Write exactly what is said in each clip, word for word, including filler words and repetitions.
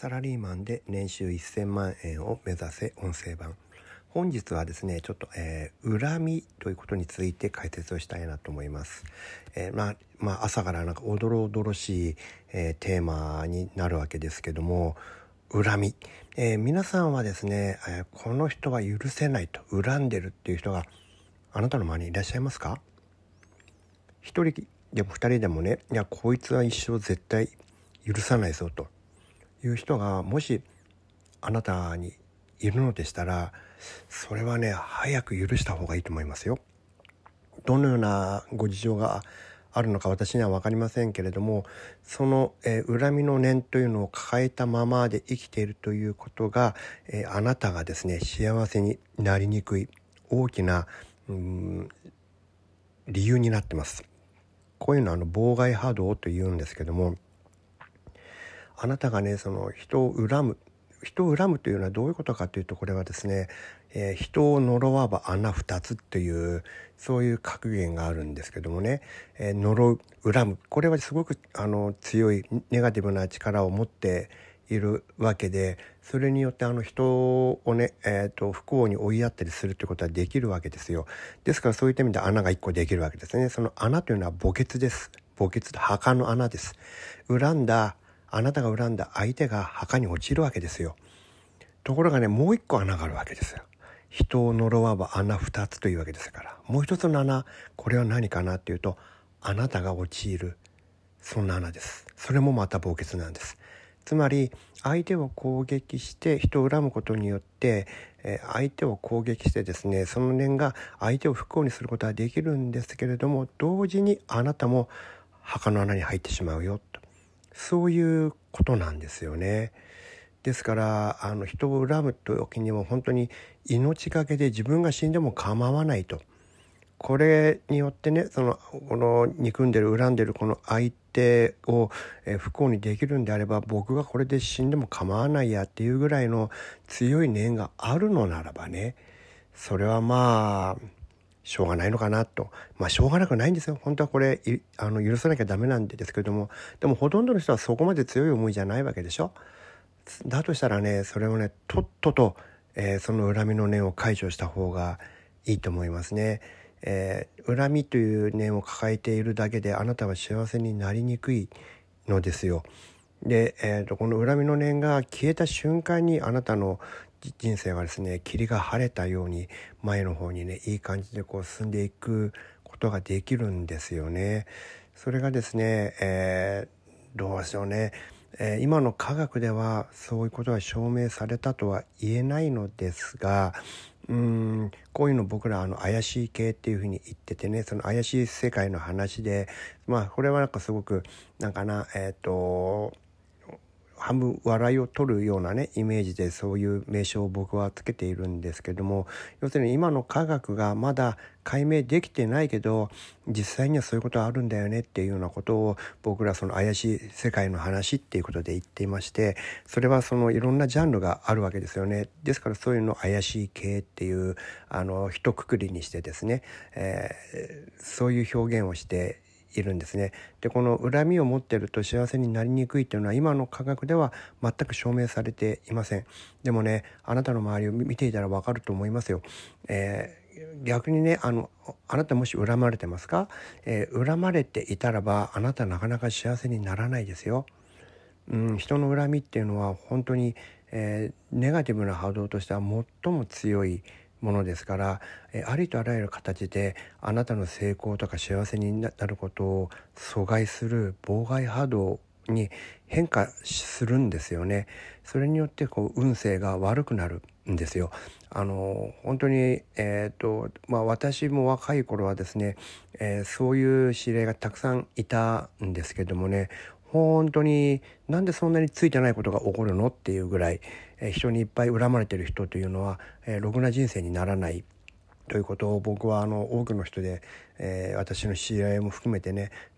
サラリーマンで年収せんまんえんを目指せ音声版。本日はですねちょっと、えー、恨みということについて解説をしたいなと思います。えー、まあ、まあ朝からなんかおどろおどろしい、えー、テーマになるわけですけども、恨み、えー、皆さんはですね、えー、この人は許せないと恨んでるっていう人があなたの周りにいらっしゃいますか？一人でも二人でもね、いやこいつは一生絶対許さないぞという人がもしあなたにいるのでしたら、それはね早く許した方がいいと思いますよ。どのようなご事情があるのか私には分かりませんけれども、その、えー、恨みの念というのを抱えたままで生きているということが、えー、あなたがですね幸せになりにくい大きなうーん理由になってます。こういうのはあの妨害波動というんですけども、あなたがねその人を恨む人を恨むというのはどういうことかというと、これはですね、えー、人を呪わば穴二つというそういう格言があるんですけどもね、えー、呪う恨む、これはすごくあの強いネガティブな力を持っているわけで、それによってあの人をね、えー、と不幸に追いやったりするということはできるわけですよ。ですからそういった意味で穴が一個できるわけですね。その穴というのは墓穴です。墓穴、墓の穴です。恨んだあなたが恨んだ相手が墓に落ちるわけですよ。ところがね、もう一個穴があるわけですよ。人を呪わば穴二つというわけですから、もう一つの穴、これは何かなっていうと、あなたが陥るそんな穴です。それもまた墓穴なんです。つまり相手を攻撃して人を恨むことによって、えー、相手を攻撃してですね、その念が相手を不幸にすることはできるんですけれども、同時にあなたも墓の穴に入ってしまうよと、そういうことなんですよね。ですからあの人を恨む時にも本当に命がけで自分が死んでも構わないと、これによってね、そのこの憎んでる恨んでるこの相手を不幸にできるんであれば、僕がこれで死んでも構わないやっていうぐらいの強い念があるのならばね、それはまあしょうがないのかなと。まあしょうがなくないんですよ。本当はこれあの許さなきゃダメなんですけども、でもほとんどの人はそこまで強い思いじゃないわけでしょ。だとしたらね、それをねとっとと、えー、その恨みの念を解除した方がいいと思いますね。えー、恨みという念を抱えているだけであなたは幸せになりにくいのですよ。で、えーと、この恨みの念が消えた瞬間にあなたの人生がですね霧が晴れたように前の方にねいい感じでこう進んでいくことができるんですよね。それがですね、えー、どうでしょうね、えー、今の科学ではそういうことが証明されたとは言えないのですが、うーんこういうの僕らあの怪しい系っていうふうに言っててね、その怪しい世界の話で、まあこれはなんかすごくなんかなえっ、ー、と半分笑いを取るようなねイメージでそういう名称を僕はつけているんですけども、要するに今の科学がまだ解明できてないけど実際にはそういうことあるんだよねっていうようなことを僕らその怪しい世界の話っていうことで言っていまして、それはそのいろんなジャンルがあるわけですよね。ですからそういうのを怪しい系っていうあの一括りにしてですね、えー、そういう表現をしているんですね。でこの恨みを持っていると幸せになりにくいというのは今の科学では全く証明されていません。でもね、あなたの周りを見ていたらわかると思いますよ。えー、逆にねあのあなたもし恨まれてますか？えー、恨まれていたらばあなたなかなか幸せにならないですよ。うん、人の恨みっていうのは本当に、えー、ネガティブな波動としては最も強いものですから、えありとあらゆる形であなたの成功とか幸せになることを阻害する妨害波動に変化するんですよね。それによってこう運勢が悪くなるんですよ。あの本当に、えーとまあ、私も若い頃はですね、えー、そういう指令がたくさんいたんですけどもね、本当になんでそんなについてないことが起こるのっていうぐらい、えー、人にいっぱい恨まれてる人というのは、えー、ろくな人生にならないということを僕はあの多くの人で、えー、私の知り合いも含めてね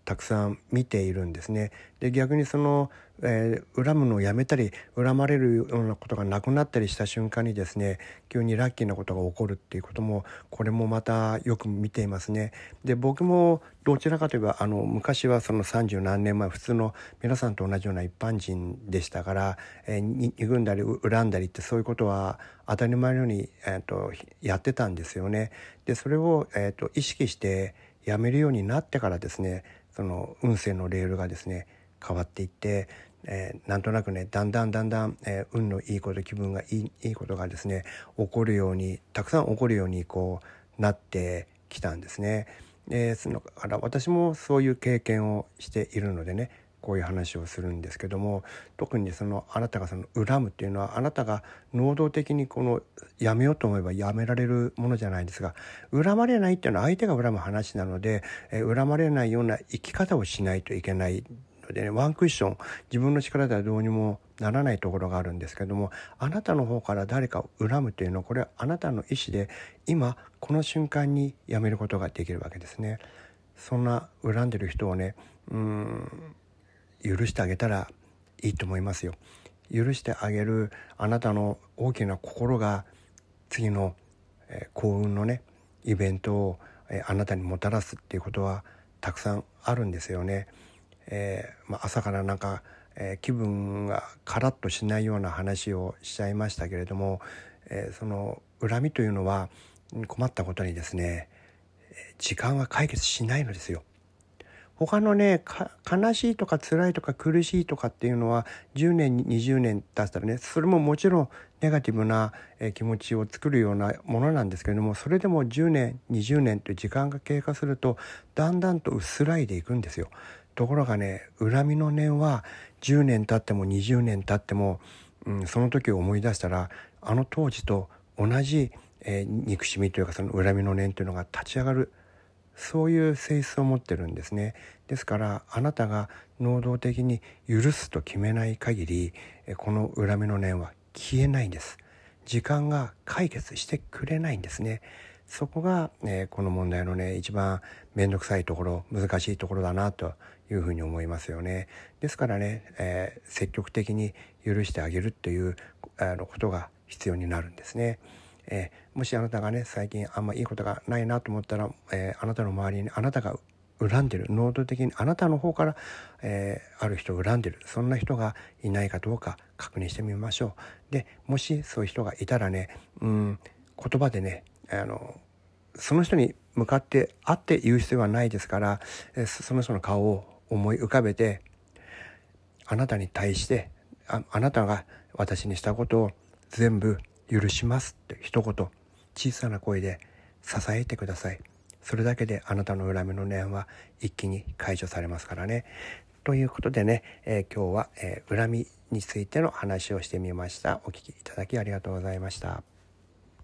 たくさん見ているんですね。で逆にその、えー、恨むのをやめたり恨まれるようなことがなくなったりした瞬間にですね、急にラッキーなことが起こるっていうことも、これもまたよく見ていますね。で僕もどちらかといえばあの昔はそのさんじゅう何年前普通の皆さんと同じような一般人でしたから、えー、憎んだり恨んだりってそういうことは当たり前のように、えー、とやってたんですよね。でそれを、えー、と意識してやめるようになってからですね、その運勢のレールがですね変わっていって、えー、なんとなくねだんだんだんだん、えー、運のいいこと気分がいい、いいことがですね起こるようにたくさん起こるようにこうなってきたんですね。でそのから私もそういう経験をしているのでね、こういう話をするんですけども、特にそのあなたがその恨むっていうのはあなたが能動的にこのやめようと思えばやめられるものじゃないですが、恨まれないっていうのは相手が恨む話なので、えー、恨まれないような生き方をしないといけないのでね、ワンクッション自分の力ではどうにもならないところがあるんですけども、あなたの方から誰かを恨むというのはこれはあなたの意思で今この瞬間にやめることができるわけですね。そんな恨んでる人をね、うーん許してあげたらいいと思いますよ。許してあげるあなたの大きな心が次の、えー、幸運のねイベントを、えー、あなたにもたらすっていうことはたくさんあるんですよね。えーまあ、朝からなんか、えー、気分がカラッとしないような話をしちゃいましたけれども、えー、その恨みというのは困ったことにですね、時間は解決しないのですよ。他のね、悲しいとか辛いとか苦しいとかっていうのはじゅうねんにじゅうねん経ったらね、それももちろんネガティブな気持ちを作るようなものなんですけれども、それでもじゅうねんにじゅうねんという時間が経過するとだんだんと薄らいでいくんですよ。ところがね、恨みの念はじゅうねん経ってもにじゅうねん経っても、うん、その時を思い出したらあの当時と同じ、えー、憎しみというかその恨みの念というのが立ち上がる、そういう性質を持ってるんですね。ですからあなたが能動的に許すと決めない限り、この恨みの念は消えないんです。時間が解決してくれないんですね。そこが、えー、この問題のね一番面倒くさいところ、難しいところだなというふうに思いますよね。ですからね、えー、積極的に許してあげるっていうあのことが必要になるんですね。えー、もしあなたがね最近あんまいいことがないなと思ったら、えー、あなたの周りにあなたが恨んでる、能動的にあなたの方から、えー、ある人を恨んでる、そんな人がいないかどうか確認してみましょう。でもしそういう人がいたらね、うん言葉でね、あのその人に向かって会って言う必要はないですから、えー、その人の顔を思い浮かべて、あなたに対してあ、あなたが私にしたことを全部許しますって一言小さな声で支えてください。それだけであなたの恨みの念は一気に解除されますからね。ということでね、えー、今日は、えー、恨みについての話をしてみました。お聞きいただきありがとうございました。